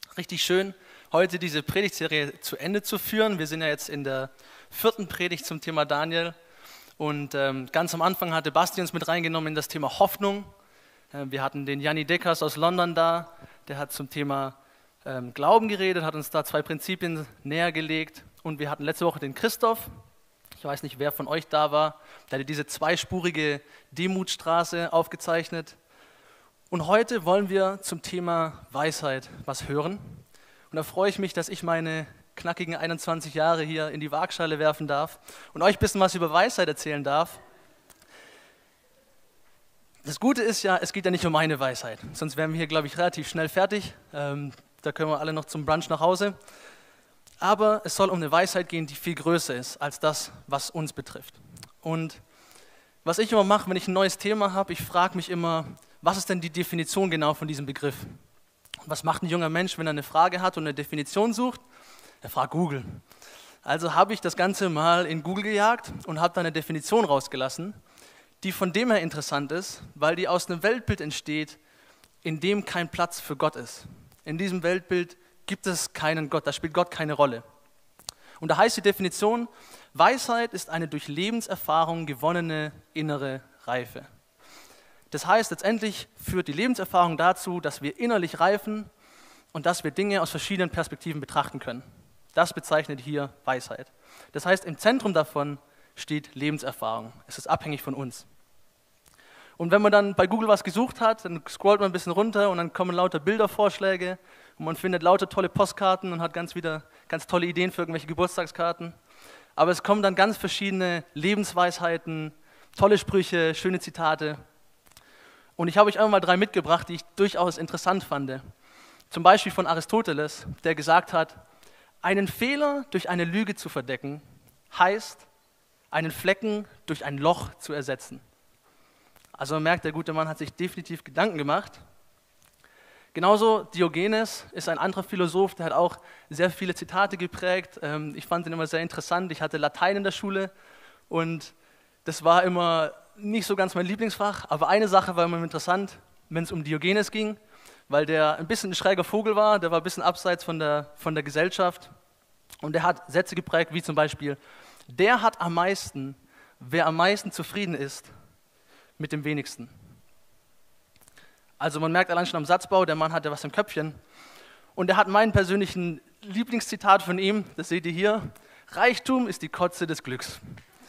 Richtig schön, heute diese Predigtserie zu Ende zu führen. Wir sind ja jetzt in der 4. Predigt zum Thema Daniel. Und ganz am Anfang hatte Basti uns mit reingenommen in das Thema Hoffnung. Wir hatten den Janni Deckers aus London da, der hat zum Thema Glauben geredet, hat uns da 2 Prinzipien näher gelegt. Und wir hatten letzte Woche den Christoph. Ich weiß nicht, wer von euch da war. Der hatte diese 2-spurige Demutstraße aufgezeichnet. Und heute wollen wir zum Thema Weisheit was hören. Und da freue ich mich, dass ich meine knackigen 21 Jahre hier in die Waagschale werfen darf und euch ein bisschen was über Weisheit erzählen darf. Das Gute ist ja, es geht ja nicht um meine Weisheit, sonst wären wir hier, glaube ich, relativ schnell fertig. Da können wir alle noch zum Brunch nach Hause. Aber es soll um eine Weisheit gehen, die viel größer ist als das, was uns betrifft. Und was ich immer mache, wenn ich ein neues Thema habe, ich frage mich immer, was ist denn die Definition genau von diesem Begriff? Was macht ein junger Mensch, wenn er eine Frage hat und eine Definition sucht? Er fragt Google. Also habe ich das Ganze mal in Google gejagt und habe da eine Definition rausgelassen, die von dem her interessant ist, weil die aus einem Weltbild entsteht, in dem kein Platz für Gott ist. In diesem Weltbild gibt es keinen Gott, da spielt Gott keine Rolle. Und da heißt die Definition, Weisheit ist eine durch Lebenserfahrung gewonnene innere Reife. Das heißt, letztendlich führt die Lebenserfahrung dazu, dass wir innerlich reifen und dass wir Dinge aus verschiedenen Perspektiven betrachten können. Das bezeichnet hier Weisheit. Das heißt, im Zentrum davon steht Lebenserfahrung. Es ist abhängig von uns. Und wenn man dann bei Google was gesucht hat, dann scrollt man ein bisschen runter und dann kommen lauter Bildervorschläge und man findet lauter tolle Postkarten und hat ganz tolle Ideen für irgendwelche Geburtstagskarten. Aber es kommen dann ganz verschiedene Lebensweisheiten, tolle Sprüche, schöne Zitate. Und ich habe euch einmal 3 mitgebracht, die ich durchaus interessant fand. Zum Beispiel von Aristoteles, der gesagt hat, einen Fehler durch eine Lüge zu verdecken, heißt, einen Flecken durch ein Loch zu ersetzen. Also man merkt, der gute Mann hat sich definitiv Gedanken gemacht. Genauso Diogenes ist ein anderer Philosoph, der hat auch sehr viele Zitate geprägt. Ich fand ihn immer sehr interessant. Ich hatte Latein in der Schule und das war immer nicht so ganz mein Lieblingsfach, aber eine Sache war immer interessant, wenn es um Diogenes ging, weil der ein bisschen ein schräger Vogel war, der war ein bisschen abseits von der Gesellschaft und der hat Sätze geprägt, wie zum Beispiel, der hat am meisten, wer am meisten zufrieden ist, mit dem wenigsten. Also man merkt allein schon am Satzbau, der Mann hatte was im Köpfchen und er hat meinen persönlichen Lieblingszitat von ihm, das seht ihr hier, Reichtum ist die Kotze des Glücks.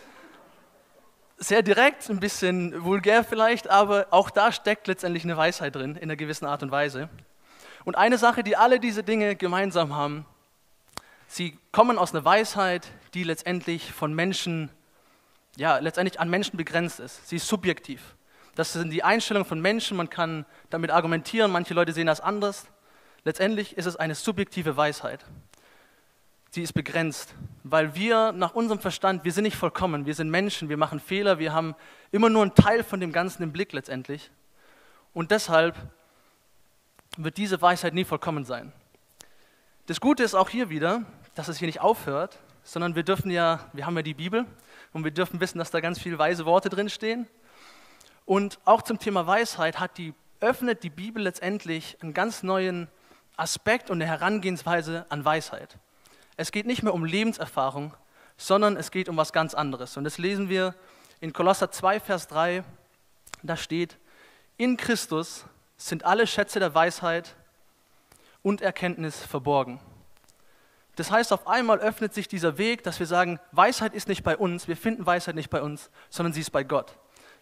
Sehr direkt, ein bisschen vulgär vielleicht, aber auch da steckt letztendlich eine Weisheit drin, in einer gewissen Art und Weise. Und eine Sache, die alle diese Dinge gemeinsam haben, sie kommen aus einer Weisheit, die letztendlich von Menschen, letztendlich an Menschen begrenzt ist. Sie ist subjektiv. Das sind die Einstellungen von Menschen, man kann damit argumentieren, manche Leute sehen das anders. Letztendlich ist es eine subjektive Weisheit. Sie ist begrenzt, weil wir nach unserem Verstand, wir sind nicht vollkommen, wir sind Menschen, wir machen Fehler, wir haben immer nur einen Teil von dem Ganzen im Blick letztendlich. Und deshalb wird diese Weisheit nie vollkommen sein. Das Gute ist auch hier wieder, dass es hier nicht aufhört, sondern wir haben ja die Bibel und wir dürfen wissen, dass da ganz viele weise Worte drinstehen. Und auch zum Thema Weisheit öffnet die Bibel letztendlich einen ganz neuen Aspekt und eine Herangehensweise an Weisheit. Es geht nicht mehr um Lebenserfahrung, sondern es geht um was ganz anderes. Und das lesen wir in Kolosser 2, Vers 3, da steht, in Christus sind alle Schätze der Weisheit und Erkenntnis verborgen. Das heißt, auf einmal öffnet sich dieser Weg, dass wir sagen, Weisheit ist nicht bei uns, wir finden Weisheit nicht bei uns, sondern sie ist bei Gott.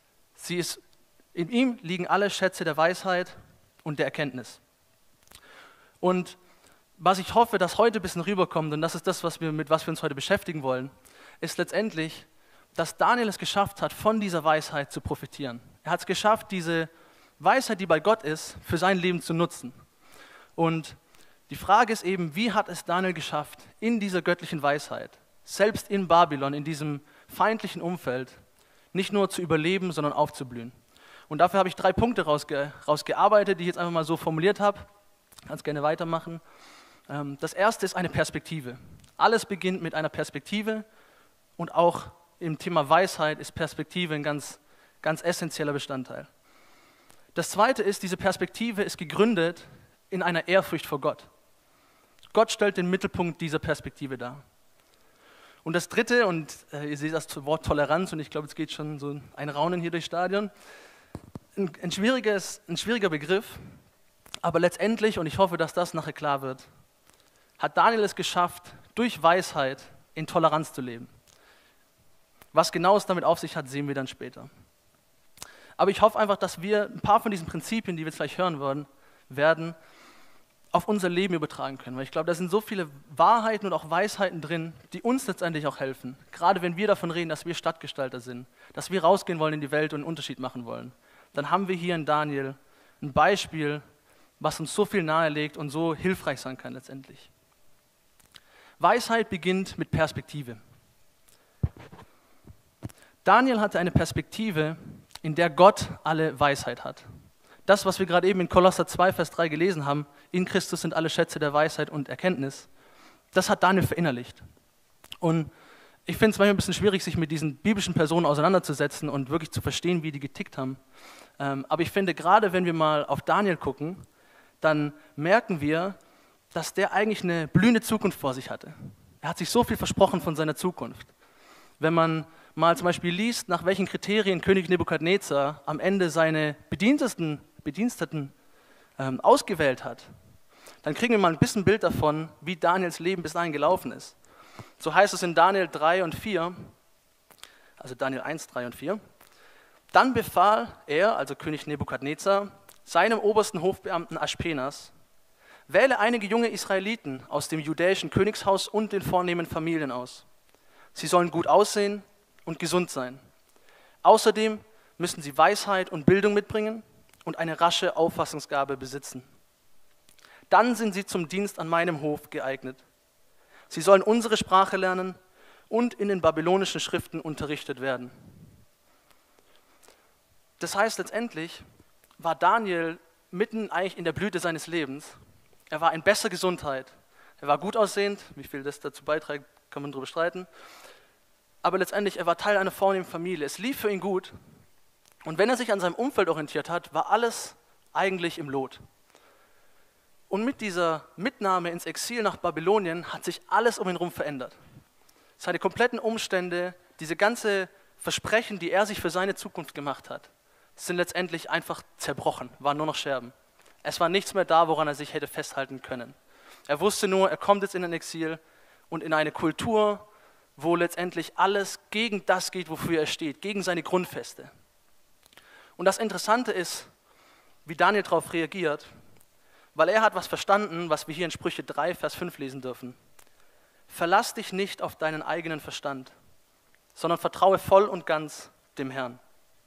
In ihm liegen alle Schätze der Weisheit und der Erkenntnis. Und was ich hoffe, dass heute ein bisschen rüberkommt, und das ist das, mit was wir uns heute beschäftigen wollen, ist letztendlich, dass Daniel es geschafft hat, von dieser Weisheit zu profitieren. Er hat es geschafft, diese Weisheit, die bei Gott ist, für sein Leben zu nutzen. Und die Frage ist eben, wie hat es Daniel geschafft, in dieser göttlichen Weisheit, selbst in Babylon, in diesem feindlichen Umfeld, nicht nur zu überleben, sondern aufzublühen. Und dafür habe ich 3 Punkte rausgearbeitet, die ich jetzt einfach mal so formuliert habe. Kannst gerne weitermachen. Das erste ist eine Perspektive. Alles beginnt mit einer Perspektive und auch im Thema Weisheit ist Perspektive ein ganz, ganz essentieller Bestandteil. Das zweite ist, diese Perspektive ist gegründet in einer Ehrfurcht vor Gott. Gott stellt den Mittelpunkt dieser Perspektive dar. Und das Dritte, und ihr seht das Wort Toleranz, und ich glaube, es geht schon so ein Raunen hier durchs Stadion, ein schwieriger Begriff, aber letztendlich, und ich hoffe, dass das nachher klar wird, hat Daniel es geschafft, durch Weisheit in Toleranz zu leben. Was genau es damit auf sich hat, sehen wir dann später. Aber ich hoffe einfach, dass wir ein paar von diesen Prinzipien, die wir jetzt gleich hören werden, auf unser Leben übertragen können. Weil ich glaube, da sind so viele Wahrheiten und auch Weisheiten drin, die uns letztendlich auch helfen. Gerade wenn wir davon reden, dass wir Stadtgestalter sind, dass wir rausgehen wollen in die Welt und einen Unterschied machen wollen. Dann haben wir hier in Daniel ein Beispiel, was uns so viel nahelegt und so hilfreich sein kann letztendlich. Weisheit beginnt mit Perspektive. Daniel hatte eine Perspektive, in der Gott alle Weisheit hat. Das, was wir gerade eben in Kolosser 2, Vers 3 gelesen haben, in Christus sind alle Schätze der Weisheit und Erkenntnis, das hat Daniel verinnerlicht. Und ich finde es manchmal ein bisschen schwierig, sich mit diesen biblischen Personen auseinanderzusetzen und wirklich zu verstehen, wie die getickt haben. Aber ich finde, gerade wenn wir mal auf Daniel gucken, dann merken wir, dass der eigentlich eine blühende Zukunft vor sich hatte. Er hat sich so viel versprochen von seiner Zukunft. Wenn man mal zum Beispiel liest, nach welchen Kriterien König Nebukadnezar am Ende seine Bediensteten ausgewählt hat, dann kriegen wir mal ein bisschen Bild davon, wie Daniels Leben bis dahin gelaufen ist. So heißt es in Daniel 3 und 4, also Daniel 1, 3 und 4. Dann befahl er, also König Nebukadnezar, seinem obersten Hofbeamten Aschpenas, wähle einige junge Israeliten aus dem judäischen Königshaus und den vornehmen Familien aus. Sie sollen gut aussehen und gesund sein. Außerdem müssen sie Weisheit und Bildung mitbringen und eine rasche Auffassungsgabe besitzen. Dann sind sie zum Dienst an meinem Hof geeignet. Sie sollen unsere Sprache lernen und in den babylonischen Schriften unterrichtet werden. Das heißt, letztendlich war Daniel mitten eigentlich in der Blüte seines Lebens. Er war in besser Gesundheit. Er war gut aussehend. Wie viel das dazu beiträgt, kann man darüber streiten. Aber letztendlich, er war Teil einer vornehmen Familie. Es lief für ihn gut. Und wenn er sich an seinem Umfeld orientiert hat, war alles eigentlich im Lot. Und mit dieser Mitnahme ins Exil nach Babylonien hat sich alles um ihn herum verändert. Seine kompletten Umstände, diese ganze Versprechen, die er sich für seine Zukunft gemacht hat, sind letztendlich einfach zerbrochen, waren nur noch Scherben. Es war nichts mehr da, woran er sich hätte festhalten können. Er wusste nur, er kommt jetzt in ein Exil und in eine Kultur, wo letztendlich alles gegen das geht, wofür er steht, gegen seine Grundfeste. Und das Interessante ist, wie Daniel darauf reagiert, weil er hat was verstanden, was wir hier in Sprüche 3, Vers 5 lesen dürfen. Verlass dich nicht auf deinen eigenen Verstand, sondern vertraue voll und ganz dem Herrn.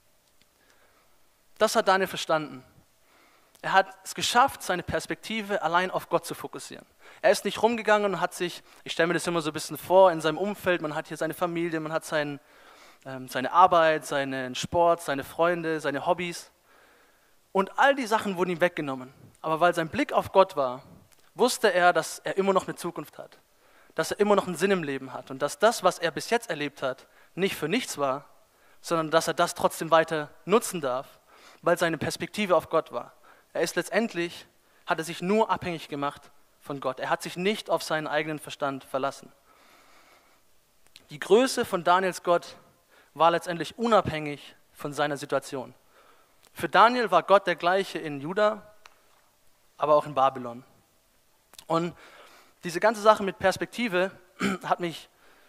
Das hat Daniel verstanden. Er hat es geschafft, seine Perspektive allein auf Gott zu fokussieren. Er ist nicht rumgegangen und hat sich, ich stelle mir das immer so ein bisschen vor, in seinem Umfeld, man hat hier seine Familie, man hat seine Arbeit, seinen Sport, seine Freunde, seine Hobbys. Und all die Sachen wurden ihm weggenommen. Aber weil sein Blick auf Gott war, wusste er, dass er immer noch eine Zukunft hat. Dass er immer noch einen Sinn im Leben hat. Und dass das, was er bis jetzt erlebt hat, nicht für nichts war, sondern dass er das trotzdem weiter nutzen darf, weil seine Perspektive auf Gott war. Er ist letztendlich, hat er sich nur abhängig gemacht von Gott. Er hat sich nicht auf seinen eigenen Verstand verlassen. Die Größe von Daniels Gott war letztendlich unabhängig von seiner Situation. Für Daniel war Gott der gleiche in Juda, aber auch in Babylon. Und diese ganze Sache mit Perspektive hat mich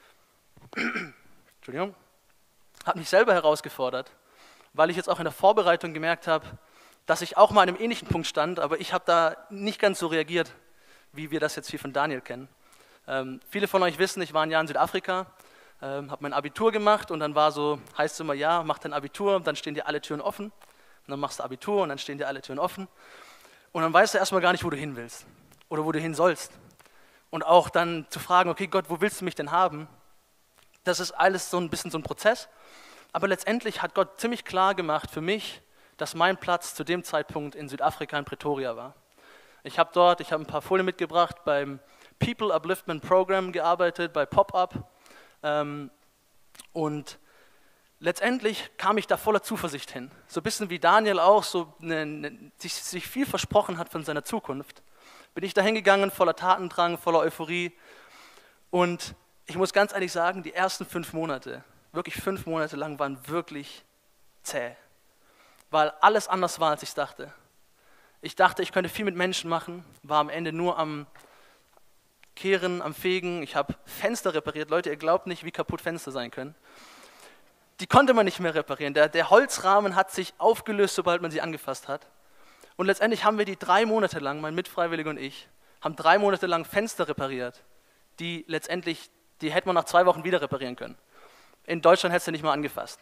selber herausgefordert, weil ich jetzt auch in der Vorbereitung gemerkt habe, dass ich auch mal an einem ähnlichen Punkt stand, aber ich habe da nicht ganz so reagiert, wie wir das jetzt hier von Daniel kennen. Viele von euch wissen, ich war ein Jahr in Südafrika, habe mein Abitur gemacht und dann war so, heißt es immer, ja, mach dein Abitur, dann stehen dir alle Türen offen. Und dann machst du Abitur und dann stehen dir alle Türen offen. Und dann weißt du erstmal gar nicht, wo du hin willst oder wo du hin sollst. Und auch dann zu fragen, okay Gott, wo willst du mich denn haben? Das ist alles so ein bisschen so ein Prozess. Aber letztendlich hat Gott ziemlich klar gemacht für mich, dass mein Platz zu dem Zeitpunkt in Südafrika in Pretoria war. Ich habe ein paar Folien mitgebracht, beim People Upliftment Program gearbeitet, bei Pop-Up. Und letztendlich kam ich da voller Zuversicht hin. So ein bisschen wie Daniel auch, sich viel versprochen hat von seiner Zukunft. bin ich da hingegangen, voller Tatendrang, voller Euphorie. Und ich muss ganz ehrlich sagen, die ersten 5 Monate, wirklich 5 Monate lang, waren wirklich zäh. Weil alles anders war, als ich dachte. Ich dachte, ich könnte viel mit Menschen machen, war am Ende nur am Kehren, am Fegen. Ich habe Fenster repariert. Leute, ihr glaubt nicht, wie kaputt Fenster sein können. Die konnte man nicht mehr reparieren. Der Holzrahmen hat sich aufgelöst, sobald man sie angefasst hat. Und letztendlich haben wir die 3 Monate lang, mein Mitfreiwilliger und ich, haben 3 Monate lang Fenster repariert, die letztendlich, die hätte man nach 2 Wochen wieder reparieren können. In Deutschland hättest du nicht mal angefasst.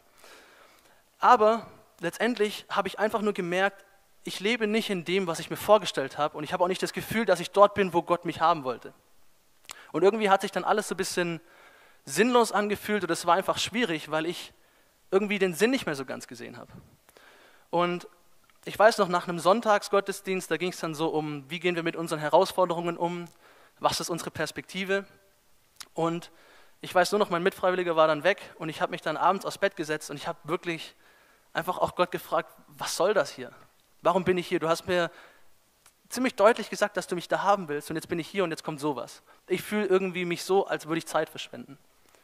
Aber letztendlich habe ich einfach nur gemerkt, ich lebe nicht in dem, was ich mir vorgestellt habe, und ich habe auch nicht das Gefühl, dass ich dort bin, wo Gott mich haben wollte. Und irgendwie hat sich dann alles so ein bisschen sinnlos angefühlt, und es war einfach schwierig, weil ich irgendwie den Sinn nicht mehr so ganz gesehen habe. Und ich weiß noch, nach einem Sonntagsgottesdienst, da ging es dann so um, wie gehen wir mit unseren Herausforderungen um, was ist unsere Perspektive. Und ich weiß nur noch, mein Mitfreiwilliger war dann weg, und ich habe mich dann abends aufs Bett gesetzt und ich habe wirklich einfach auch Gott gefragt, was soll das hier? Warum bin ich hier? Du hast mir ziemlich deutlich gesagt, dass du mich da haben willst, und jetzt bin ich hier und jetzt kommt sowas. Ich fühle irgendwie mich so, als würde ich Zeit verschwenden.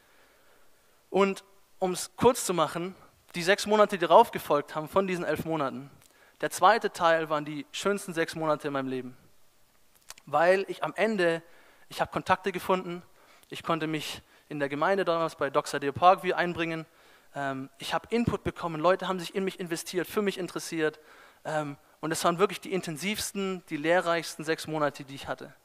Und um es kurz zu machen, die 6 Monate, die darauf gefolgt haben, von diesen 11 Monaten, der zweite Teil waren die schönsten 6 Monate in meinem Leben. Weil ich am Ende, ich habe Kontakte gefunden, ich konnte mich in der Gemeinde damals bei Doxa Deo Parkview einbringen, ich habe Input bekommen, Leute haben sich in mich investiert, für mich interessiert, und es waren wirklich die intensivsten, die lehrreichsten 6 Monate, die ich hatte.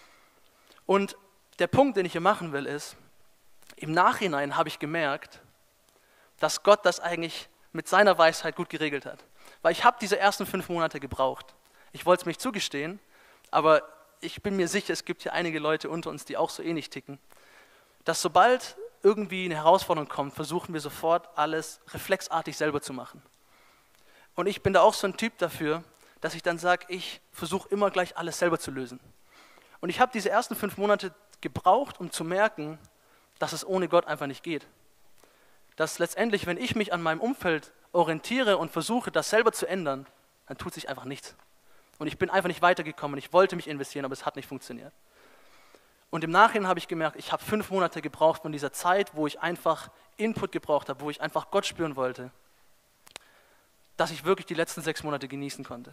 Und der Punkt, den ich hier machen will, ist, im Nachhinein habe ich gemerkt, dass Gott das eigentlich mit seiner Weisheit gut geregelt hat. Weil ich habe diese ersten 5 Monate gebraucht. Ich wollte es mich zugestehen, aber ich bin mir sicher, es gibt hier einige Leute unter uns, die auch so ähnlich ticken, dass sobald irgendwie eine Herausforderung kommt, versuchen wir sofort alles reflexartig selber zu machen. Und ich bin da auch so ein Typ dafür, dass ich dann sage, ich versuche immer gleich alles selber zu lösen. Und ich habe diese ersten 5 Monate gebraucht, um zu merken, dass es ohne Gott einfach nicht geht. Dass letztendlich, wenn ich mich an meinem Umfeld orientiere und versuche, das selber zu ändern, dann tut sich einfach nichts. Und ich bin einfach nicht weitergekommen. Ich wollte mich investieren, aber es hat nicht funktioniert. Und im Nachhinein habe ich gemerkt, ich habe 5 Monate gebraucht von dieser Zeit, wo ich einfach Input gebraucht habe, wo ich einfach Gott spüren wollte, dass ich wirklich die letzten 6 Monate genießen konnte.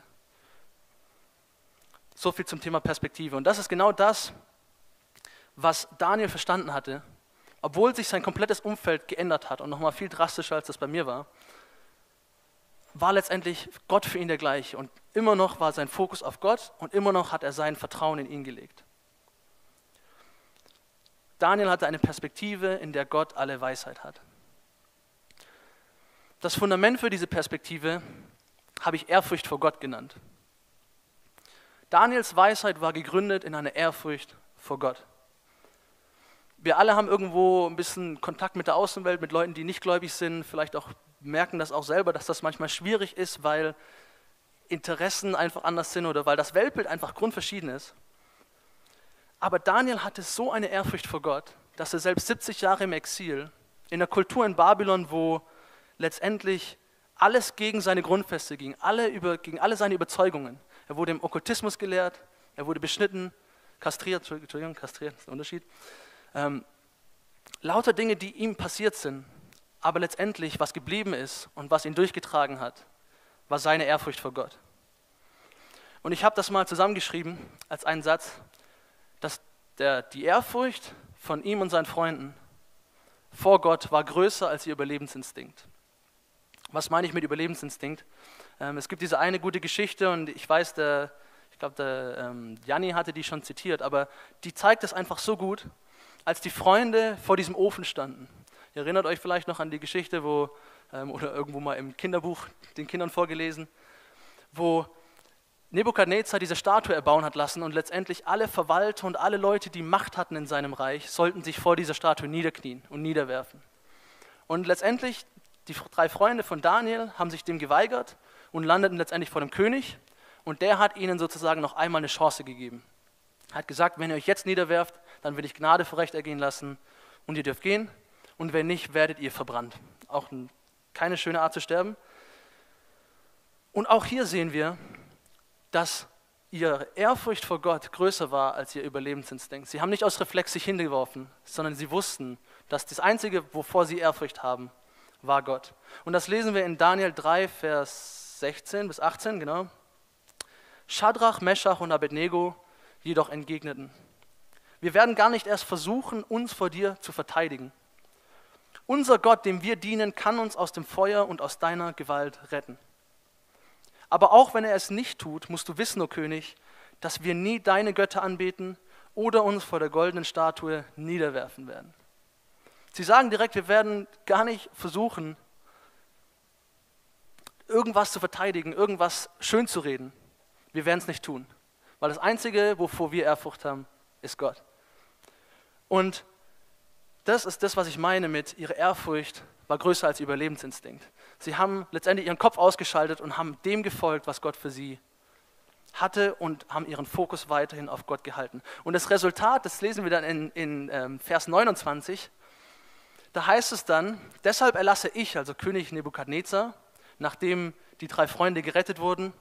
So viel zum Thema Perspektive. Und das ist genau das, was Daniel verstanden hatte, obwohl sich sein komplettes Umfeld geändert hat und nochmal viel drastischer, als das bei mir war letztendlich Gott für ihn der gleiche. Und immer noch war sein Fokus auf Gott, und immer noch hat er sein Vertrauen in ihn gelegt. Daniel hatte eine Perspektive, in der Gott alle Weisheit hat. Das Fundament für diese Perspektive habe ich Ehrfurcht vor Gott genannt. Daniels Weisheit war gegründet in einer Ehrfurcht vor Gott. Wir alle haben irgendwo ein bisschen Kontakt mit der Außenwelt, mit Leuten, die nicht gläubig sind, vielleicht auch merken das auch selber, dass das manchmal schwierig ist, weil Interessen einfach anders sind oder weil das Weltbild einfach grundverschieden ist. Aber Daniel hatte so eine Ehrfurcht vor Gott, dass er selbst 70 Jahre im Exil, in der Kultur in Babylon, wo letztendlich alles gegen seine Grundfeste ging, gegen alle seine Überzeugungen. Er wurde im Okkultismus gelehrt, er wurde beschnitten, kastriert, kastriert ist ein Unterschied. Lauter Dinge, die ihm passiert sind, aber letztendlich, was geblieben ist und was ihn durchgetragen hat, war seine Ehrfurcht vor Gott. Und ich habe das mal zusammengeschrieben als einen Satz, dass die Ehrfurcht von ihm und seinen Freunden vor Gott war größer als ihr Überlebensinstinkt. Was meine ich mit Überlebensinstinkt? Es gibt diese eine gute Geschichte, und ich weiß, ich glaube, der Janni hatte die schon zitiert, aber die zeigt es einfach so gut, als die Freunde vor diesem Ofen standen. Ihr erinnert euch vielleicht noch an die Geschichte, oder irgendwo mal im Kinderbuch den Kindern vorgelesen, wo Nebukadnezar diese Statue erbauen hat lassen, und letztendlich alle Verwalter und alle Leute, die Macht hatten in seinem Reich, sollten sich vor dieser Statue niederknien und niederwerfen. Und letztendlich, die 3 Freunde von Daniel haben sich dem geweigert und landeten letztendlich vor dem König, und der hat ihnen sozusagen noch einmal eine Chance gegeben. Er hat gesagt, wenn ihr euch jetzt niederwerft, dann will ich Gnade für Recht ergehen lassen und ihr dürft gehen, und wenn nicht, werdet ihr verbrannt. Auch keine schöne Art zu sterben. Und auch hier sehen wir, dass ihre Ehrfurcht vor Gott größer war als ihr Überlebensinstinkt. Sie haben nicht aus Reflex sich hingeworfen, sondern sie wussten, dass das Einzige, wovor sie Ehrfurcht haben, war Gott. Und das lesen wir in Daniel 3, Vers 16 bis 18, genau. Schadrach, Meschach und Abednego jedoch entgegneten: Wir werden gar nicht erst versuchen, uns vor dir zu verteidigen. Unser Gott, dem wir dienen, kann uns aus dem Feuer und aus deiner Gewalt retten. Aber auch wenn er es nicht tut, musst du wissen, o König, dass wir nie deine Götter anbeten oder uns vor der goldenen Statue niederwerfen werden. Sie sagen direkt, wir werden gar nicht versuchen, irgendwas zu verteidigen, irgendwas schön zu reden. Wir werden es nicht tun, weil das Einzige, wovor wir Ehrfurcht haben, ist Gott. Und das ist das, was ich meine mit, ihre Ehrfurcht war größer als ihr Überlebensinstinkt. Sie haben letztendlich ihren Kopf ausgeschaltet und haben dem gefolgt, was Gott für sie hatte und haben ihren Fokus weiterhin auf Gott gehalten. Und das Resultat, das lesen wir dann in Vers 29, da heißt es dann: Deshalb erlasse ich, also König Nebukadnezar, nachdem die 3 Freunde gerettet wurden,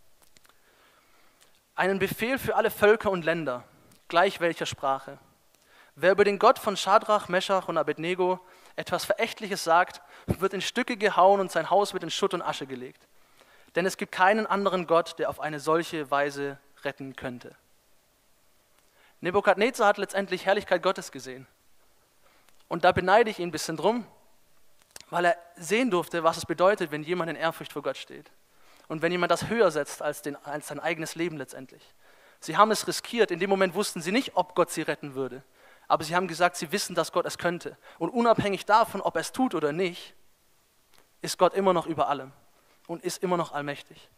einen Befehl für alle Völker und Länder, gleich welcher Sprache. Wer über den Gott von Schadrach, Meschach und Abednego etwas Verächtliches sagt, wird in Stücke gehauen und sein Haus wird in Schutt und Asche gelegt. Denn es gibt keinen anderen Gott, der auf eine solche Weise retten könnte. Nebukadnezar hat letztendlich Herrlichkeit Gottes gesehen. Und da beneide ich ihn ein bisschen drum, weil er sehen durfte, was es bedeutet, wenn jemand in Ehrfurcht vor Gott steht. Und wenn jemand das höher setzt als sein eigenes Leben letztendlich. Sie haben es riskiert. In dem Moment wussten sie nicht, ob Gott sie retten würde. Aber sie haben gesagt, sie wissen, dass Gott es könnte. Und unabhängig davon, ob er es tut oder nicht, ist Gott immer noch über allem und ist immer noch allmächtig.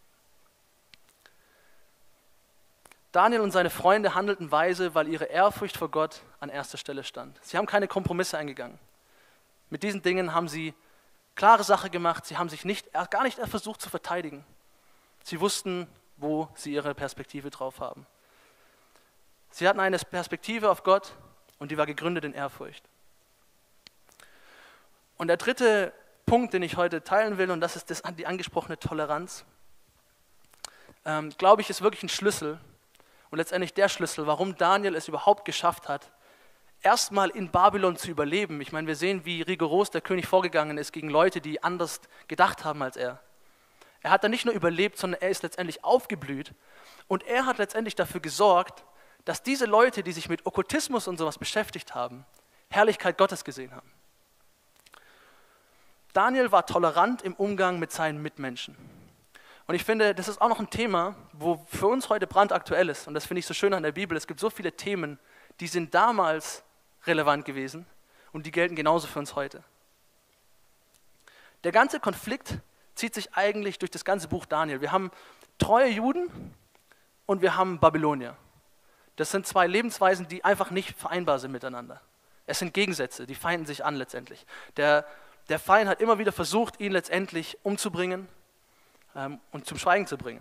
Daniel und seine Freunde handelten weise, weil ihre Ehrfurcht vor Gott an erster Stelle stand. Sie haben keine Kompromisse eingegangen. Mit diesen Dingen haben sie klare Sache gemacht. Sie haben sich gar nicht erst versucht zu verteidigen. Sie wussten, wo sie ihre Perspektive drauf haben. Sie hatten eine Perspektive auf Gott und die war gegründet in Ehrfurcht. Und der dritte Punkt, den ich heute teilen will, und das ist die angesprochene Toleranz, glaube ich, ist wirklich ein Schlüssel und letztendlich der Schlüssel, warum Daniel es überhaupt geschafft hat, erstmal in Babylon zu überleben. Ich meine, wir sehen, wie rigoros der König vorgegangen ist gegen Leute, die anders gedacht haben als er. Er hat da nicht nur überlebt, sondern er ist letztendlich aufgeblüht und er hat letztendlich dafür gesorgt, dass diese Leute, die sich mit Okkultismus und sowas beschäftigt haben, Herrlichkeit Gottes gesehen haben. Daniel war tolerant im Umgang mit seinen Mitmenschen. Und ich finde, das ist auch noch ein Thema, wo für uns heute brandaktuell ist. Und das finde ich so schön an der Bibel. Es gibt so viele Themen, die sind damals relevant gewesen und die gelten genauso für uns heute. Der ganze Konflikt zieht sich eigentlich durch das ganze Buch Daniel. Wir haben treue Juden und wir haben Babylonier. Das sind 2 Lebensweisen, die einfach nicht vereinbar sind miteinander. Es sind Gegensätze, die feinden sich an letztendlich. Der Feind hat immer wieder versucht, ihn letztendlich umzubringen und zum Schweigen zu bringen.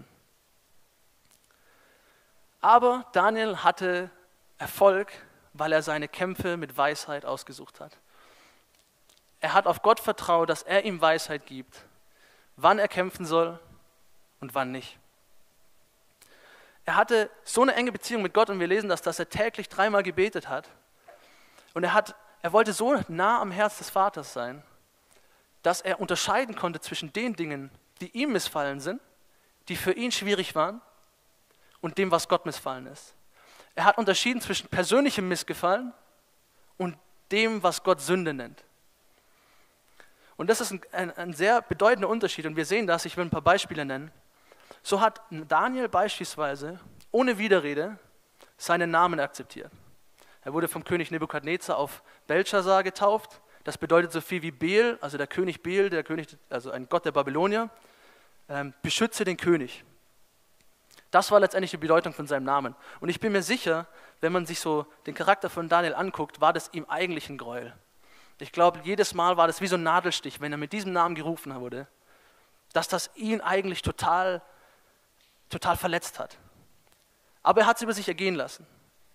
Aber Daniel hatte Erfolg, weil er seine Kämpfe mit Weisheit ausgesucht hat. Er hat auf Gott vertraut, dass er ihm Weisheit gibt, wann er kämpfen soll und wann nicht. Er hatte so eine enge Beziehung mit Gott und wir lesen das, dass er täglich 3-mal gebetet hat. Und er wollte so nah am Herz des Vaters sein, dass er unterscheiden konnte zwischen den Dingen, die ihm missfallen sind, die für ihn schwierig waren, und dem, was Gott missfallen ist. Er hat unterschieden zwischen persönlichem Missgefallen und dem, was Gott Sünde nennt. Und das ist ein sehr bedeutender Unterschied und wir sehen das, ich will ein paar Beispiele nennen. So hat Daniel beispielsweise ohne Widerrede seinen Namen akzeptiert. Er wurde vom König Nebukadnezar auf Belshazzar getauft. Das bedeutet so viel wie Bel, also der König Bel, also ein Gott der Babylonier, beschütze den König. Das war letztendlich die Bedeutung von seinem Namen. Und ich bin mir sicher, wenn man sich so den Charakter von Daniel anguckt, war das ihm eigentlich ein Gräuel. Ich glaube, jedes Mal war das wie so ein Nadelstich, wenn er mit diesem Namen gerufen wurde, dass das ihn eigentlich total verletzt hat. Aber er hat es über sich ergehen lassen.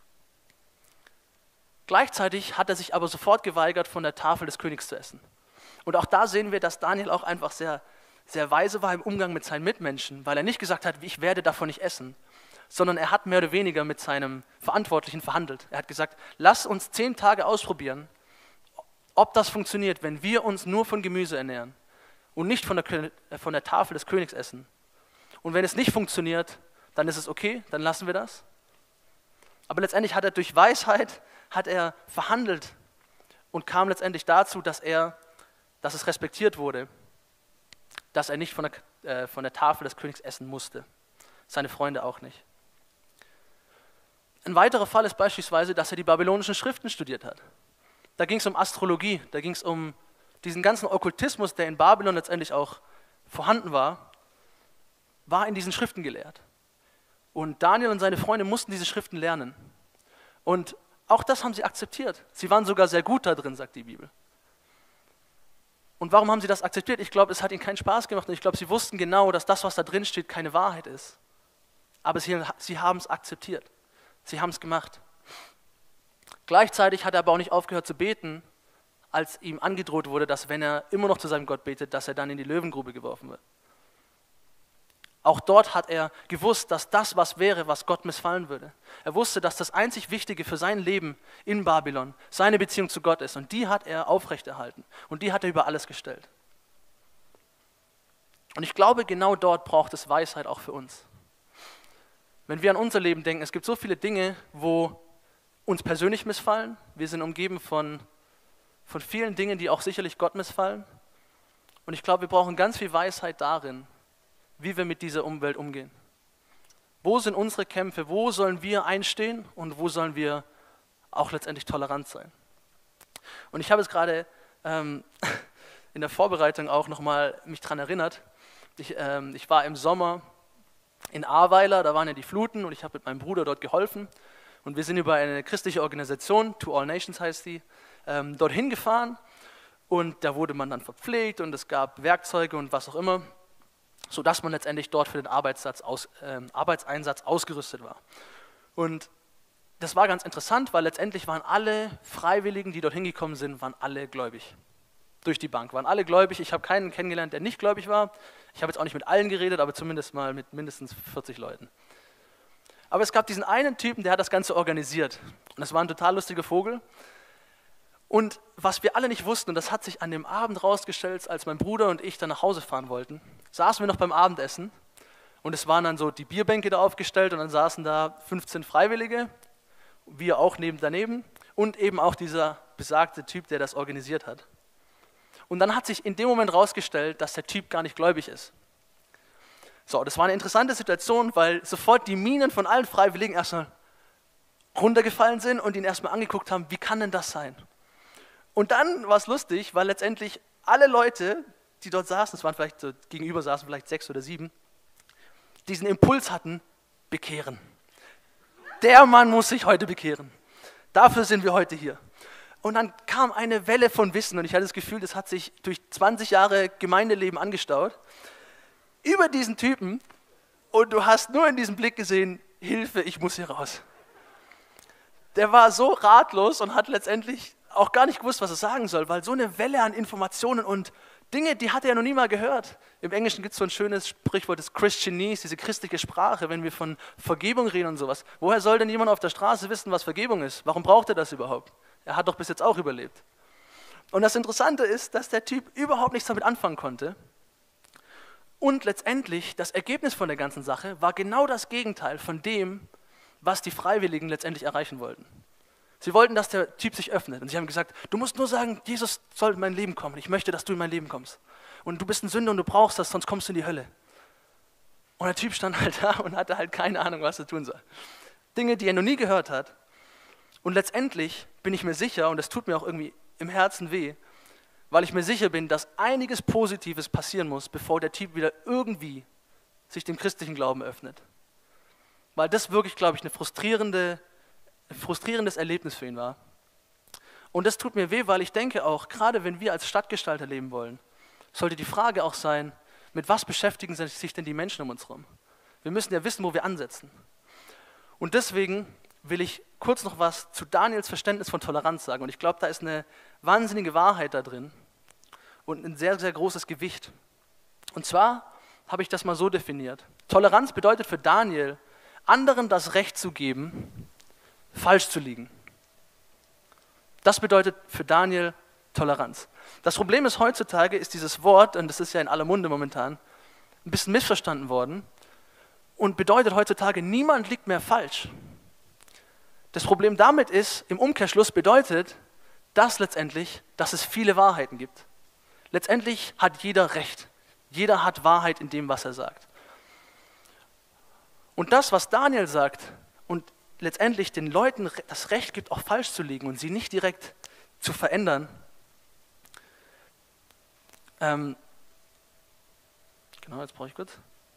Gleichzeitig hat er sich aber sofort geweigert, von der Tafel des Königs zu essen. Und auch da sehen wir, dass Daniel auch einfach sehr, sehr weise war im Umgang mit seinen Mitmenschen, weil er nicht gesagt hat, ich werde davon nicht essen, sondern er hat mehr oder weniger mit seinem Verantwortlichen verhandelt. Er hat gesagt, lass uns 10 Tage ausprobieren, ob das funktioniert, wenn wir uns nur von Gemüse ernähren und nicht von der Tafel des Königs essen. Und wenn es nicht funktioniert, dann ist es okay, dann lassen wir das. Aber letztendlich hat er durch Weisheit verhandelt und kam letztendlich dazu, dass es respektiert wurde, dass er nicht von der Tafel des Königs essen musste. Seine Freunde auch nicht. Ein weiterer Fall ist beispielsweise, dass er die babylonischen Schriften studiert hat. Da ging es um Astrologie, da ging es um diesen ganzen Okkultismus, der in Babylon letztendlich auch vorhanden war in diesen Schriften gelehrt. Und Daniel und seine Freunde mussten diese Schriften lernen. Und auch das haben sie akzeptiert. Sie waren sogar sehr gut da drin, sagt die Bibel. Und warum haben sie das akzeptiert? Ich glaube, es hat ihnen keinen Spaß gemacht und ich glaube, sie wussten genau, dass das, was da drin steht, keine Wahrheit ist. Aber sie haben es akzeptiert. Sie haben es gemacht. Gleichzeitig hat er aber auch nicht aufgehört zu beten, als ihm angedroht wurde, dass wenn er immer noch zu seinem Gott betet, dass er dann in die Löwengrube geworfen wird. Auch dort hat er gewusst, dass das was wäre, was Gott missfallen würde. Er wusste, dass das einzig Wichtige für sein Leben in Babylon seine Beziehung zu Gott ist. Und die hat er aufrechterhalten. Und die hat er über alles gestellt. Und ich glaube, genau dort braucht es Weisheit auch für uns. Wenn wir an unser Leben denken, es gibt so viele Dinge, wo uns persönlich missfallen. Wir sind umgeben von vielen Dingen, die auch sicherlich Gott missfallen. Und ich glaube, wir brauchen ganz viel Weisheit darin, wie wir mit dieser Umwelt umgehen. Wo sind unsere Kämpfe? Wo sollen wir einstehen? Und wo sollen wir auch letztendlich tolerant sein? Und ich habe es gerade in der Vorbereitung auch nochmal mich daran erinnert. Ich war im Sommer in Ahrweiler, da waren ja die Fluten und ich habe mit meinem Bruder dort geholfen. Und wir sind über eine christliche Organisation, To All Nations heißt die, dorthin gefahren. Und da wurde man dann verpflegt und es gab Werkzeuge und was auch immer, sodass man letztendlich dort für den Arbeitseinsatz ausgerüstet war. Und das war ganz interessant, weil letztendlich waren alle Freiwilligen, die dorthin gekommen sind, waren alle gläubig. Durch die Bank waren alle gläubig. Ich habe keinen kennengelernt, der nicht gläubig war. Ich habe jetzt auch nicht mit allen geredet, aber zumindest mal mit mindestens 40 Leuten. Aber es gab diesen einen Typen, der hat das Ganze organisiert. Und das war ein total lustiger Vogel. Und was wir alle nicht wussten, und das hat sich an dem Abend rausgestellt, als mein Bruder und ich dann nach Hause fahren wollten, saßen wir noch beim Abendessen und es waren dann so die Bierbänke da aufgestellt und dann saßen da 15 Freiwillige, wir auch daneben und eben auch dieser besagte Typ, der das organisiert hat. Und dann hat sich in dem Moment rausgestellt, dass der Typ gar nicht gläubig ist. So, das war eine interessante Situation, weil sofort die Minen von allen Freiwilligen erstmal runtergefallen sind und ihn erstmal angeguckt haben, wie kann denn das sein? Und dann war es lustig, weil letztendlich alle Leute, die dort saßen, es waren vielleicht so, gegenüber saßen vielleicht 6 oder 7, diesen Impuls hatten, bekehren. Der Mann muss sich heute bekehren. Dafür sind wir heute hier. Und dann kam eine Welle von Wissen und ich hatte das Gefühl, das hat sich durch 20 Jahre Gemeindeleben angestaut, über diesen Typen und du hast nur in diesem Blick gesehen, Hilfe, ich muss hier raus. Der war so ratlos und hat letztendlich auch gar nicht gewusst, was er sagen soll, weil so eine Welle an Informationen und Dinge, die hat er noch nie mal gehört. Im Englischen gibt es so ein schönes Sprichwort, das Christianese, diese christliche Sprache, wenn wir von Vergebung reden und sowas. Woher soll denn jemand auf der Straße wissen, was Vergebung ist? Warum braucht er das überhaupt? Er hat doch bis jetzt auch überlebt. Und das Interessante ist, dass der Typ überhaupt nichts damit anfangen konnte. Und letztendlich, das Ergebnis von der ganzen Sache war genau das Gegenteil von dem, was die Freiwilligen letztendlich erreichen wollten. Sie wollten, dass der Typ sich öffnet. Und sie haben gesagt, du musst nur sagen, Jesus soll in mein Leben kommen. Ich möchte, dass du in mein Leben kommst. Und du bist ein Sünder und du brauchst das, sonst kommst du in die Hölle. Und der Typ stand halt da und hatte halt keine Ahnung, was er tun soll. Dinge, die er noch nie gehört hat. Und letztendlich bin ich mir sicher, und das tut mir auch irgendwie im Herzen weh, weil ich mir sicher bin, dass einiges Positives passieren muss, bevor der Typ wieder irgendwie sich dem christlichen Glauben öffnet. Weil das wirklich, glaube ich, ein frustrierendes Erlebnis für ihn war. Und das tut mir weh, weil ich denke auch, gerade wenn wir als Stadtgestalter leben wollen, sollte die Frage auch sein, mit was beschäftigen sich denn die Menschen um uns herum? Wir müssen ja wissen, wo wir ansetzen. Und deswegen will ich kurz noch was zu Daniels Verständnis von Toleranz sagen. Und ich glaube, da ist eine wahnsinnige Wahrheit da drin und ein sehr, sehr großes Gewicht. Und zwar habe ich das mal so definiert. Toleranz bedeutet für Daniel anderen das Recht zu geben, falsch zu liegen. Das bedeutet für Daniel Toleranz. Das Problem ist, heutzutage ist dieses Wort, und das ist ja in aller Munde momentan, ein bisschen missverstanden worden und bedeutet heutzutage, niemand liegt mehr falsch. Das Problem damit ist, im Umkehrschluss bedeutet das letztendlich, dass es viele Wahrheiten gibt. Letztendlich hat jeder Recht. Jeder hat Wahrheit in dem, was er sagt. Und das, was Daniel sagt und letztendlich den Leuten das Recht gibt, auch falsch zu liegen und sie nicht direkt zu verändern, genau, jetzt brauche ich kurz.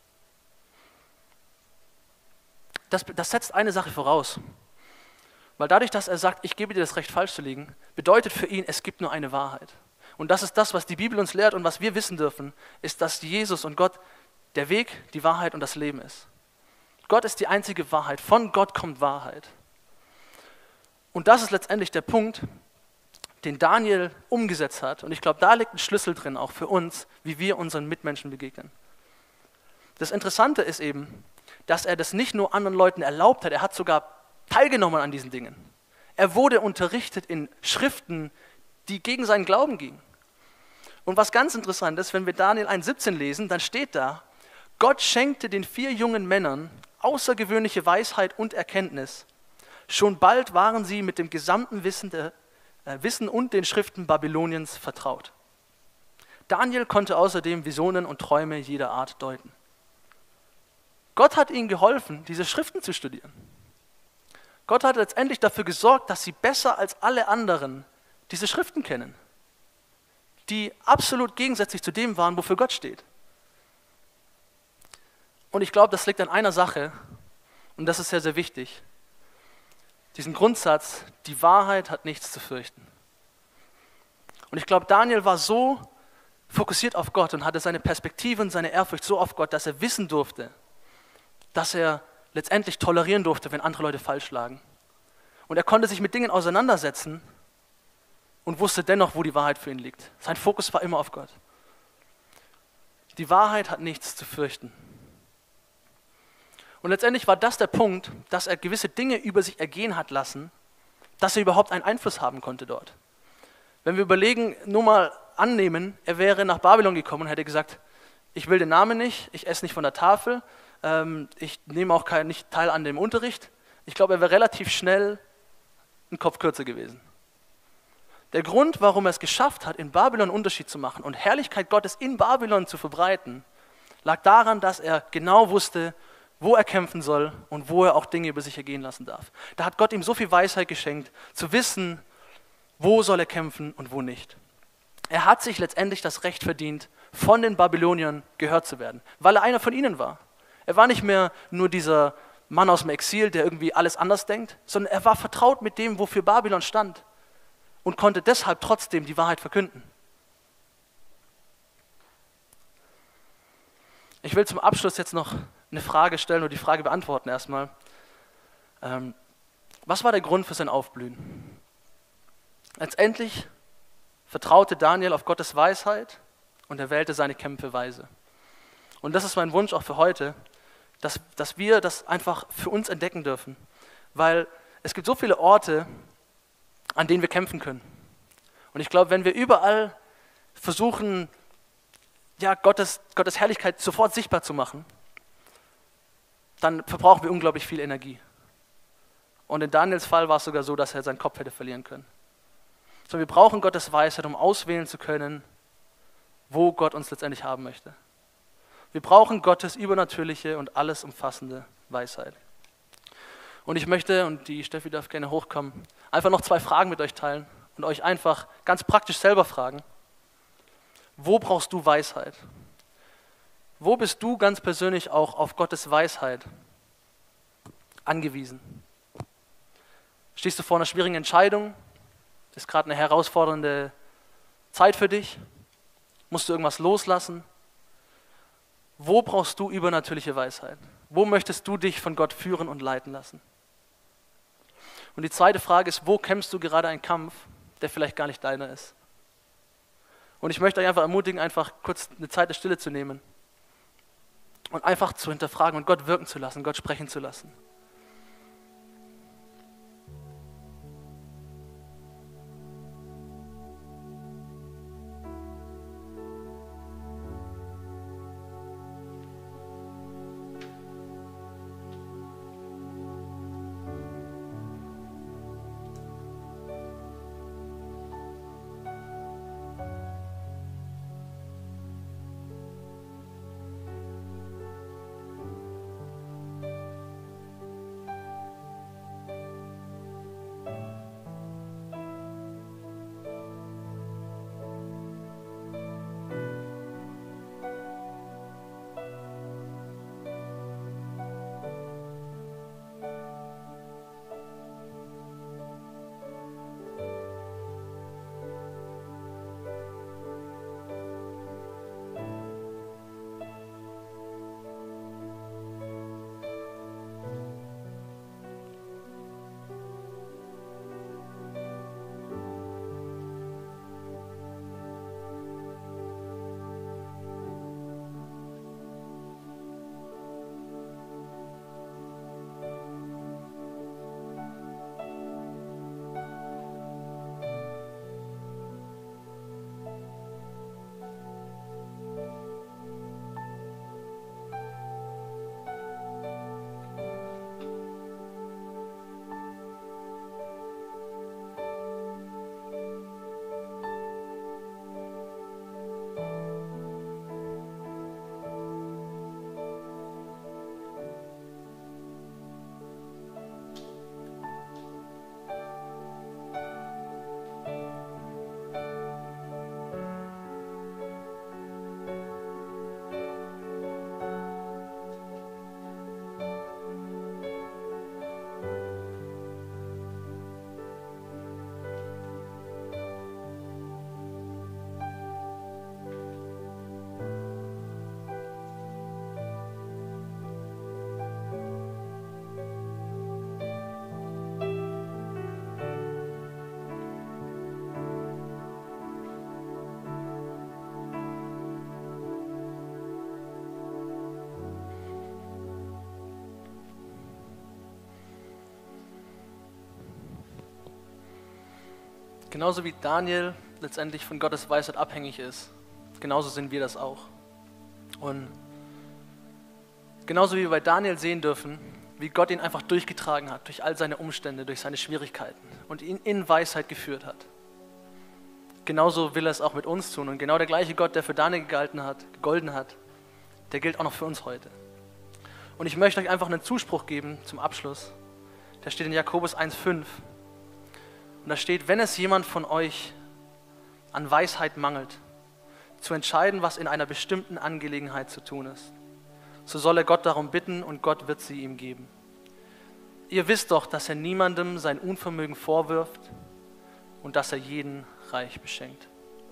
Das setzt eine Sache voraus. Weil dadurch, dass er sagt, ich gebe dir das Recht, falsch zu liegen, bedeutet für ihn, es gibt nur eine Wahrheit. Und das ist das, was die Bibel uns lehrt und was wir wissen dürfen, ist, dass Jesus und Gott der Weg, die Wahrheit und das Leben ist. Gott ist die einzige Wahrheit. Von Gott kommt Wahrheit. Und das ist letztendlich der Punkt, den Daniel umgesetzt hat. Und ich glaube, da liegt ein Schlüssel drin, auch für uns, wie wir unseren Mitmenschen begegnen. Das Interessante ist eben, dass er das nicht nur anderen Leuten erlaubt hat, er hat sogar teilgenommen an diesen Dingen. Er wurde unterrichtet in Schriften, die gegen seinen Glauben gingen. Und was ganz interessant ist, wenn wir Daniel 1,17 lesen, dann steht da, Gott schenkte den 4 jungen Männern außergewöhnliche Weisheit und Erkenntnis. Schon bald waren sie mit dem gesamten Wissen und den Schriften Babyloniens vertraut. Daniel konnte außerdem Visionen und Träume jeder Art deuten. Gott hat ihnen geholfen, diese Schriften zu studieren. Gott hat letztendlich dafür gesorgt, dass sie besser als alle anderen diese Schriften kennen, die absolut gegensätzlich zu dem waren, wofür Gott steht. Und ich glaube, das liegt an einer Sache, und das ist sehr, sehr wichtig. Diesen Grundsatz, die Wahrheit hat nichts zu fürchten. Und ich glaube, Daniel war so fokussiert auf Gott und hatte seine Perspektive und seine Ehrfurcht so auf Gott, dass er wissen durfte, dass er letztendlich tolerieren durfte, wenn andere Leute falsch lagen. Und er konnte sich mit Dingen auseinandersetzen und wusste dennoch, wo die Wahrheit für ihn liegt. Sein Fokus war immer auf Gott. Die Wahrheit hat nichts zu fürchten. Und letztendlich war das der Punkt, dass er gewisse Dinge über sich ergehen hat lassen, dass er überhaupt einen Einfluss haben konnte dort. Wenn wir überlegen, nur mal annehmen, er wäre nach Babylon gekommen und hätte gesagt, ich will den Namen nicht, ich esse nicht von der Tafel, ich nehme auch nicht teil an dem Unterricht. Ich glaube, er wäre relativ schnell einen Kopf kürzer gewesen. Der Grund, warum er es geschafft hat, in Babylon einen Unterschied zu machen und Herrlichkeit Gottes in Babylon zu verbreiten, lag daran, dass er genau wusste, wo er kämpfen soll und wo er auch Dinge über sich ergehen lassen darf. Da hat Gott ihm so viel Weisheit geschenkt, zu wissen, wo soll er kämpfen und wo nicht. Er hat sich letztendlich das Recht verdient, von den Babyloniern gehört zu werden, weil er einer von ihnen war. Er war nicht mehr nur dieser Mann aus dem Exil, der irgendwie alles anders denkt, sondern er war vertraut mit dem, wofür Babylon stand und konnte deshalb trotzdem die Wahrheit verkünden. Ich will zum Abschluss jetzt noch eine Frage stellen oder die Frage beantworten erstmal. Was war der Grund für sein Aufblühen? Letztendlich vertraute Daniel auf Gottes Weisheit und er wählte seine Kämpfe weise. Und das ist mein Wunsch auch für heute, dass wir das einfach für uns entdecken dürfen. Weil es gibt so viele Orte, an denen wir kämpfen können. Und ich glaube, wenn wir überall versuchen, ja, Gottes Herrlichkeit sofort sichtbar zu machen, dann verbrauchen wir unglaublich viel Energie. Und in Daniels Fall war es sogar so, dass er seinen Kopf hätte verlieren können. So, wir brauchen Gottes Weisheit, um auswählen zu können, wo Gott uns letztendlich haben möchte. Wir brauchen Gottes übernatürliche und alles umfassende Weisheit. Und ich möchte, und die Steffi darf gerne hochkommen, einfach noch 2 Fragen mit euch teilen und euch einfach ganz praktisch selber fragen. Wo brauchst du Weisheit? Wo bist du ganz persönlich auch auf Gottes Weisheit angewiesen? Stehst du vor einer schwierigen Entscheidung? Ist gerade eine herausfordernde Zeit für dich? Musst du irgendwas loslassen? Wo brauchst du übernatürliche Weisheit? Wo möchtest du dich von Gott führen und leiten lassen? Und die zweite Frage ist, wo kämpfst du gerade einen Kampf, der vielleicht gar nicht deiner ist? Und ich möchte euch einfach ermutigen, einfach kurz eine Zeit der Stille zu nehmen und einfach zu hinterfragen und Gott wirken zu lassen, Gott sprechen zu lassen. Genauso wie Daniel letztendlich von Gottes Weisheit abhängig ist, genauso sind wir das auch. Und genauso wie wir bei Daniel sehen dürfen, wie Gott ihn einfach durchgetragen hat, durch all seine Umstände, durch seine Schwierigkeiten und ihn in Weisheit geführt hat. Genauso will er es auch mit uns tun. Und genau der gleiche Gott, der für Daniel gegolten hat, der gilt auch noch für uns heute. Und ich möchte euch einfach einen Zuspruch geben zum Abschluss. Der steht in Jakobus 1,5. Und da steht, wenn es jemand von euch an Weisheit mangelt, zu entscheiden, was in einer bestimmten Angelegenheit zu tun ist, so soll er Gott darum bitten und Gott wird sie ihm geben. Ihr wisst doch, dass er niemandem sein Unvermögen vorwirft und dass er jeden reich beschenkt.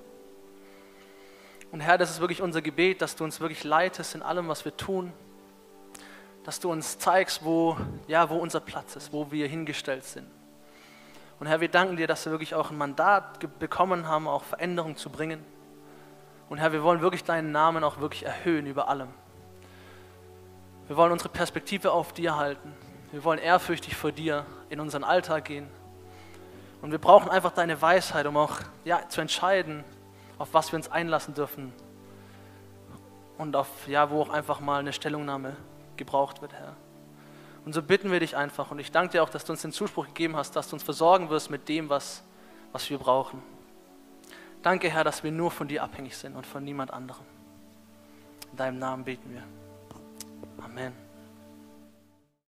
Und Herr, das ist wirklich unser Gebet, dass du uns wirklich leitest in allem, was wir tun, dass du uns zeigst, wo unser Platz ist, wo wir hingestellt sind. Und Herr, wir danken dir, dass wir wirklich auch ein Mandat bekommen haben, auch Veränderung zu bringen. Und Herr, wir wollen wirklich deinen Namen auch wirklich erhöhen über allem. Wir wollen unsere Perspektive auf dir halten. Wir wollen ehrfürchtig vor dir in unseren Alltag gehen. Und wir brauchen einfach deine Weisheit, um auch zu entscheiden, auf was wir uns einlassen dürfen. Und auf wo auch einfach mal eine Stellungnahme gebraucht wird, Herr. Und so bitten wir dich einfach. Und ich danke dir auch, dass du uns den Zuspruch gegeben hast, dass du uns versorgen wirst mit dem, was wir brauchen. Danke, Herr, dass wir nur von dir abhängig sind und von niemand anderem. In deinem Namen beten wir. Amen.